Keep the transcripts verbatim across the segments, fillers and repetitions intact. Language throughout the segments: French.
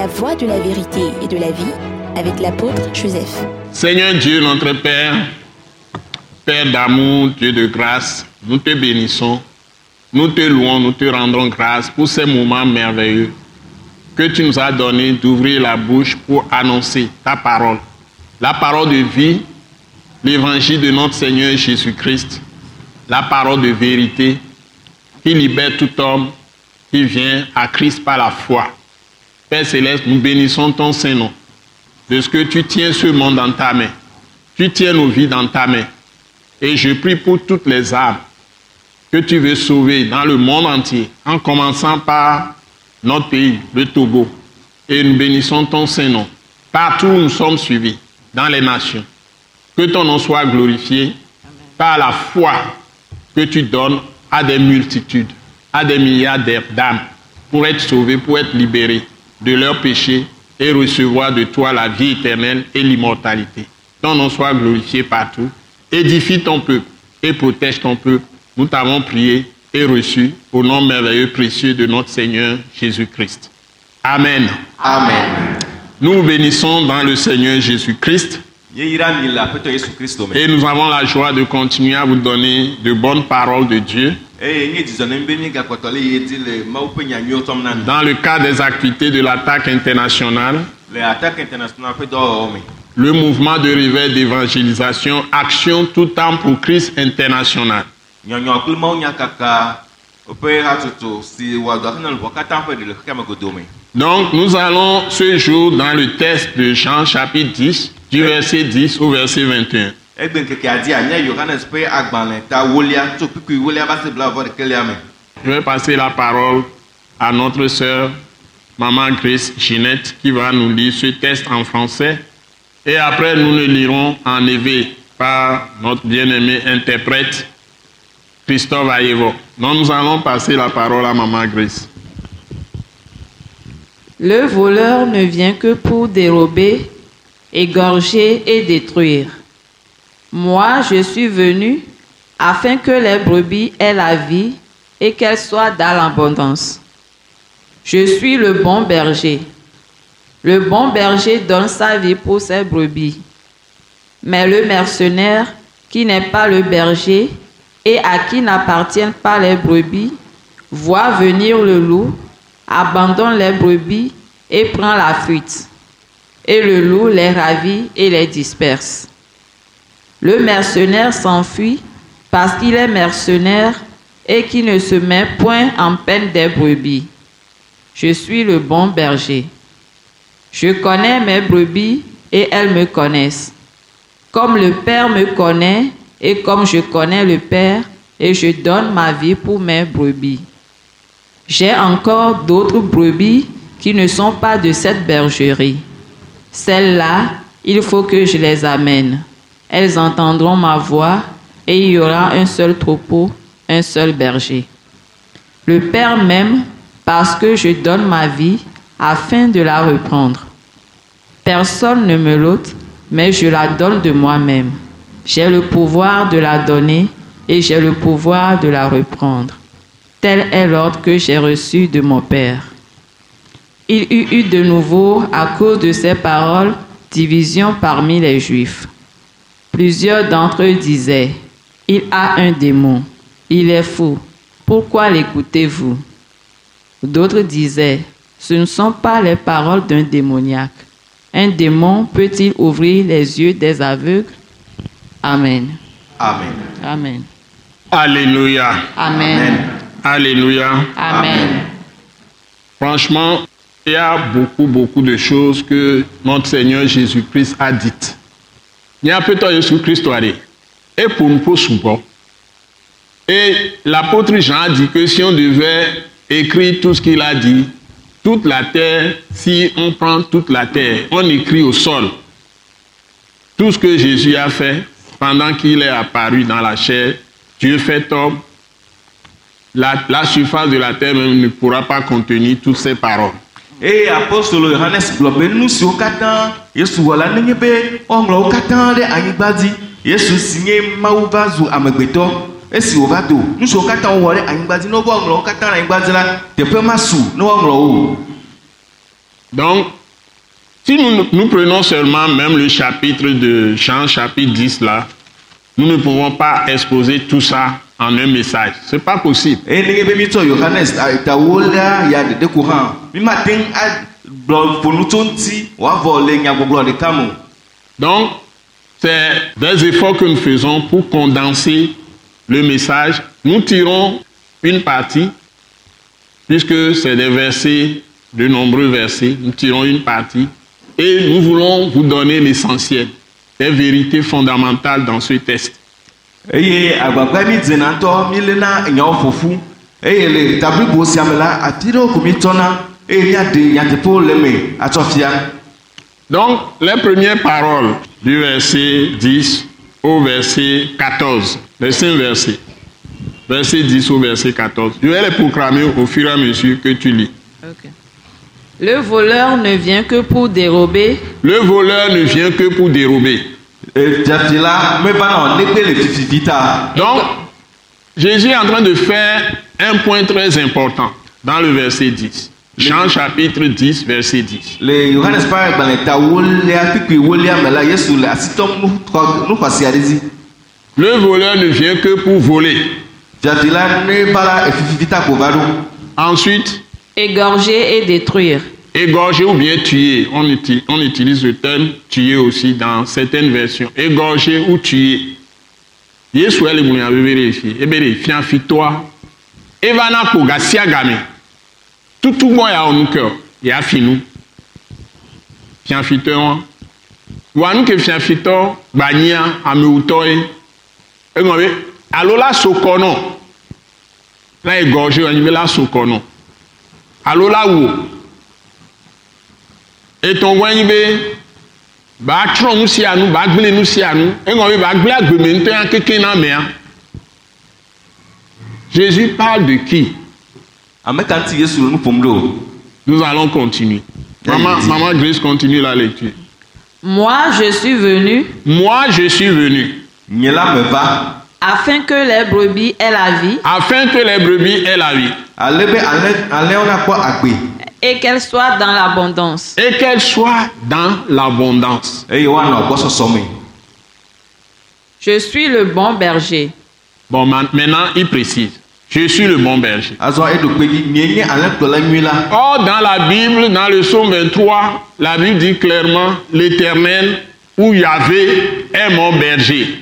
La voie de la vérité et de la vie avec l'apôtre Joseph. Seigneur Dieu, notre Père, Père d'amour, Dieu de grâce, nous te bénissons, nous te louons, nous te rendons grâce pour ces moments merveilleux que tu nous as donné d'ouvrir la bouche pour annoncer ta parole. La parole de vie, l'évangile de notre Seigneur Jésus-Christ, la parole de vérité qui libère tout homme qui vient à Christ par la foi. Père Céleste, nous bénissons ton Saint-Nom de ce que tu tiens ce monde dans ta main. Tu tiens nos vies dans ta main. Et je prie pour toutes les âmes que tu veux sauver dans le monde entier, en commençant par notre pays, le Togo. Et nous bénissons ton Saint-Nom. Partout où nous sommes suivis, dans les nations. Que ton nom soit glorifié par la foi que tu donnes à des multitudes, à des milliards d'âmes, pour être sauvés, pour être libérés de leurs péchés et recevoir de toi la vie éternelle et l'immortalité. Ton nom soit glorifié partout. Édifie ton peuple et protège ton peuple. Nous t'avons prié et reçu au nom merveilleux précieux de notre Seigneur Jésus-Christ. Amen. Amen. Nous bénissons dans le Seigneur Jésus-Christ. Et nous avons la joie de continuer à vous donner de bonnes paroles de Dieu. Dans le cadre des activités de l'attaque internationale, le mouvement de réveil d'évangélisation, Action tout temps pour Christ international. Donc nous allons ce jour dans le texte de Jean chapitre dix, du verset dix au verset vingt et un. Je vais passer la parole à notre sœur, Maman Grace Ginette, qui va nous lire ce texte en français. Et après, nous le lirons en éveil par notre bien-aimé interprète, Christophe Ayevo. Donc, nous allons passer la parole à Maman Grace. Le voleur ne vient que pour dérober, égorger et détruire. Moi, je suis venu afin que les brebis aient la vie et qu'elles soient dans l'abondance. Je suis le bon berger. Le bon berger donne sa vie pour ses brebis. Mais le mercenaire, qui n'est pas le berger et à qui n'appartiennent pas les brebis, voit venir le loup, abandonne les brebis et prend la fuite. Et le loup les ravit et les disperse. Le mercenaire s'enfuit parce qu'il est mercenaire et qui ne se met point en peine des brebis. Je suis le bon berger. Je connais mes brebis et elles me connaissent. Comme le Père me connaît et comme je connais le Père, et je donne ma vie pour mes brebis. J'ai encore d'autres brebis qui ne sont pas de cette bergerie. Celles-là, il faut que je les amène. Elles entendront ma voix et il y aura un seul troupeau, un seul berger. Le Père m'aime parce que je donne ma vie afin de la reprendre. Personne ne me l'ôte, mais je la donne de moi-même. J'ai le pouvoir de la donner et j'ai le pouvoir de la reprendre. Tel est l'ordre que j'ai reçu de mon Père. Il y eut de nouveau, à cause de ces paroles, division parmi les Juifs. Plusieurs d'entre eux disaient, « Il a un démon, il est fou, pourquoi l'écoutez-vous » D'autres disaient, « Ce ne sont pas les paroles d'un démoniaque. Un démon peut-il ouvrir les yeux des aveugles ?» Amen. Amen. Amen. Alléluia. Amen. Amen. Alléluia. Amen. Franchement, il y a beaucoup, beaucoup de choses que notre Seigneur Jésus-Christ a dites. Il y a peut-être Jésus-Christ et pour nous pour souvent. Et l'apôtre Jean a dit que si on devait écrire tout ce qu'il a dit, toute la terre, si on prend toute la terre, on écrit au sol tout ce que Jésus a fait pendant qu'il est apparu dans la chair, Dieu fait homme. La, la surface de la terre même ne pourra pas contenir toutes ces paroles. Et apostole Johannes globé nous sur katan Yesu wala nenye onglo katan de anibadi Yesu signé mauvazu amegbeto esi ovado nous sur katan wole anibadi no bo onglo katan anibadi la de pe masu no onglo Donc, si nous, nous prenons seulement même le chapitre de Jean, chapitre dix là, nous ne pouvons pas exposer tout ça en un message. Ce n'est pas possible. Et ndenge be mi to Yohanes ta wola ya de courant. Mi matin a pour nous tonti wa voler nya gbogbo de kamo. Donc, c'est des efforts que nous faisons pour condenser le message. Nous tirons une partie, puisque c'est des versets, de nombreux versets, nous tirons une partie et nous voulons vous donner l'essentiel, des vérités fondamentales dans ce texte. Eye agbagba mi zenato mi lena nya ofofu eye le tabli bo siamela atiro ko mi tona e nya de nya te po le me atofia. Donc les premières paroles du verset dix au verset quatorze, les cinq versets, verset dix au verset quatorze, je vais les proclamer au fur et à mesure que tu lis. Okay. Le voleur ne vient que pour dérober. Le voleur ne vient que pour dérober. Donc, Jésus est en train de faire un point très important dans le verset dix. Jean chapitre dix, verset dix. Le voleur ne vient que pour voler. Ensuite, égorger et détruire. Égorger ou bien tuer. On utilise, on utilise le terme tuer aussi dans certaines versions. Égorger ou tuer. Yesu ele mounya vérifier. E vérifier en toi. Evana koga siagame. Tout tout bon ya onu cœur. Ya finou. Fian fiteur. Wa nou ke fian fiteur bania ameutoy. E ngwe alola sokono. La égorger on la sokono. Alola wo. Et ton wanybe ba tron nous si anu ba gble nous si anu e ngwe ba gble agbemente an keke na me. Jésus parle de qui? Nous allons continuer. Maman, maman Grace continue la lecture. Moi je suis venu. Moi je suis venu. Afin que les brebis aient la vie. Afin que les brebis aient la vie. Et qu'elles soient dans l'abondance. Et qu'elles soient dans l'abondance. Je suis le bon berger. Bon, maintenant il précise. Je suis le bon berger. Or, dans la Bible, dans le psaume vingt-trois, la Bible dit clairement, l'Éternel ou Yahvé est mon berger.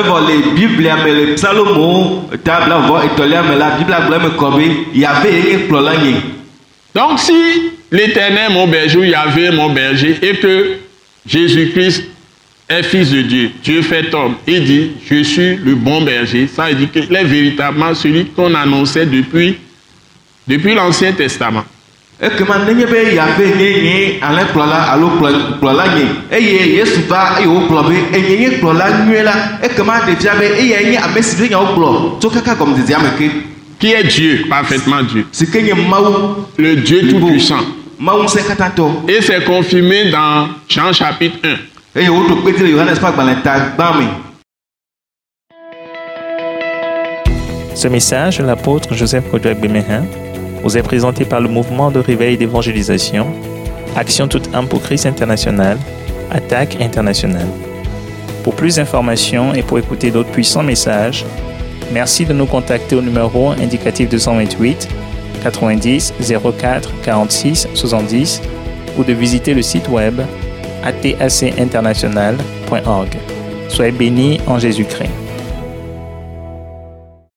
Donc, si l'Éternel est mon berger ou Yahvé est mon berger et que Jésus-Christ est fils de Dieu, Dieu fait homme, il dit, je suis le bon berger. Ça veut dire qu'il est véritablement celui qu'on annonçait depuis, depuis l'Ancien Testament. Donc, qui est Dieu, parfaitement Dieu. Le Dieu Tout-Puissant. Et c'est confirmé dans Jean chapitre un. Ce message de l'apôtre Joseph Kodouak Bemehin vous est présenté par le mouvement de réveil d'évangélisation, Action toute âme pour Christ international, Attaque internationale. Pour plus d'informations et pour écouter d'autres puissants messages, merci de nous contacter au numéro indicatif deux cent vingt-huit quatre-vingt-dix zéro quatre quarante-six soixante-dix ou de visiter le site web a t a c international point org. Soyez bénis en Jésus-Christ.